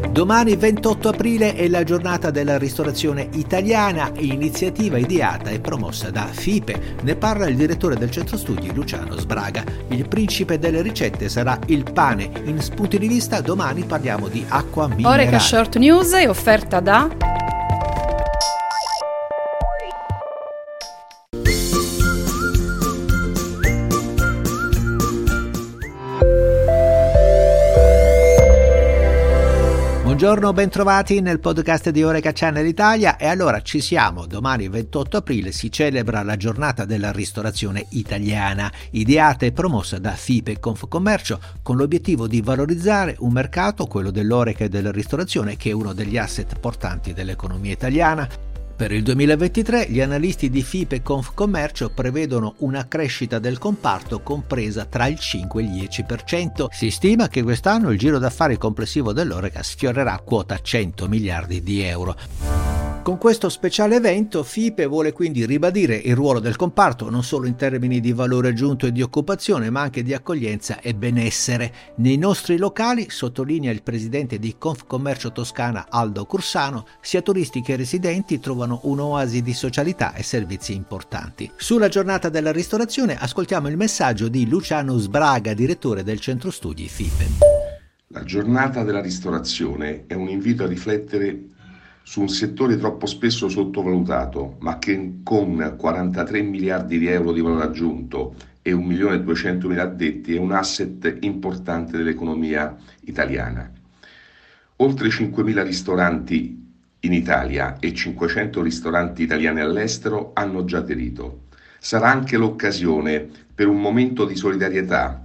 Domani 28 aprile è la giornata della ristorazione italiana, iniziativa ideata e promossa da FIPE. Ne parla il direttore del centro studi Luciano Sbraga. Il principe delle ricette sarà il pane. In Spunti di Vista domani parliamo di acqua minerale. Oreca Short News è offerta da... Buongiorno, bentrovati nel podcast di Oreca Channel Italia. E allora ci siamo, domani 28 aprile si celebra la giornata della ristorazione italiana, ideata e promossa da FIPE e Confcommercio con l'obiettivo di valorizzare un mercato, quello dell'oreca e della ristorazione, che è uno degli asset portanti dell'economia italiana. Per il 2023 gli analisti di FIPE e Confcommercio prevedono una crescita del comparto compresa tra il 5 e il 10%. Si stima che quest'anno il giro d'affari complessivo dell'oreca sfiorerà quota 100 miliardi di euro. Con questo speciale evento FIPE vuole quindi ribadire il ruolo del comparto non solo in termini di valore aggiunto e di occupazione, ma anche di accoglienza e benessere. Nei nostri locali, sottolinea il presidente di Confcommercio Toscana Aldo Cursano, sia turisti che residenti trovano un'oasi di socialità e servizi importanti. Sulla giornata della ristorazione ascoltiamo il messaggio di Luciano Sbraga, direttore del centro studi FIPE. La giornata della ristorazione è un invito a riflettere su un settore troppo spesso sottovalutato, ma che con 43 miliardi di euro di valore aggiunto e 1.200.000 addetti è un asset importante dell'economia italiana. Oltre 5.000 ristoranti in Italia e 500 ristoranti italiani all'estero hanno già aderito. Sarà anche l'occasione per un momento di solidarietà.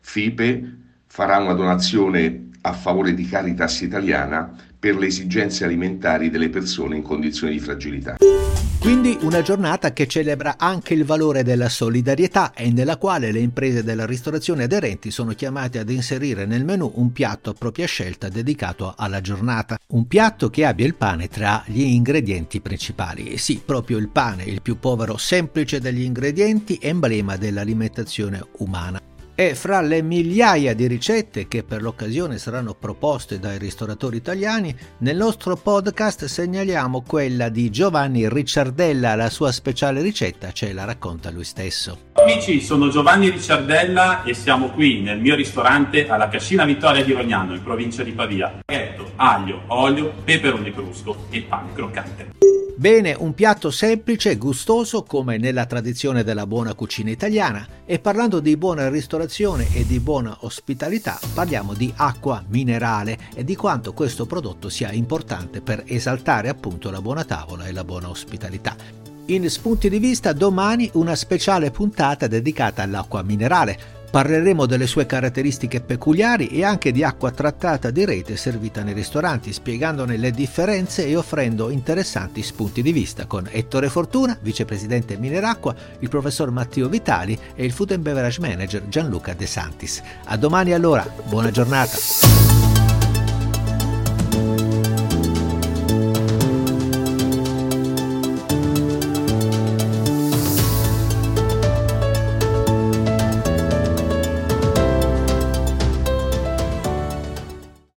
FIPE farà una donazione a favore di Caritas Italiana per le esigenze alimentari delle persone in condizioni di fragilità. Quindi una giornata che celebra anche il valore della solidarietà e nella quale le imprese della ristorazione aderenti sono chiamate ad inserire nel menù un piatto a propria scelta dedicato alla giornata. Un piatto che abbia il pane tra gli ingredienti principali. E sì, proprio il pane, il più povero semplice degli ingredienti, emblema dell'alimentazione umana. E fra le migliaia di ricette che per l'occasione saranno proposte dai ristoratori italiani, nel nostro podcast segnaliamo quella di Giovanni Ricciardella. La sua speciale ricetta ce la racconta lui stesso. Amici, sono Giovanni Ricciardella e siamo qui nel mio ristorante alla Cascina Vittoria di Rognano, in provincia di Pavia. Spaghetto, aglio, olio, peperone crusco e pane croccante. Bene, un piatto semplice e gustoso come nella tradizione della buona cucina italiana. E parlando di buona ristorazione e di buona ospitalità, parliamo di acqua minerale e di quanto questo prodotto sia importante per esaltare appunto la buona tavola e la buona ospitalità. In Spunti di Vista domani una speciale puntata dedicata all'acqua minerale. Parleremo delle sue caratteristiche peculiari e anche di acqua trattata di rete servita nei ristoranti, spiegandone le differenze e offrendo interessanti spunti di vista con Ettore Fortuna, vicepresidente Mineracqua, il professor Matteo Vitali e il Food and Beverage Manager Gianluca De Santis. A domani allora, buona giornata!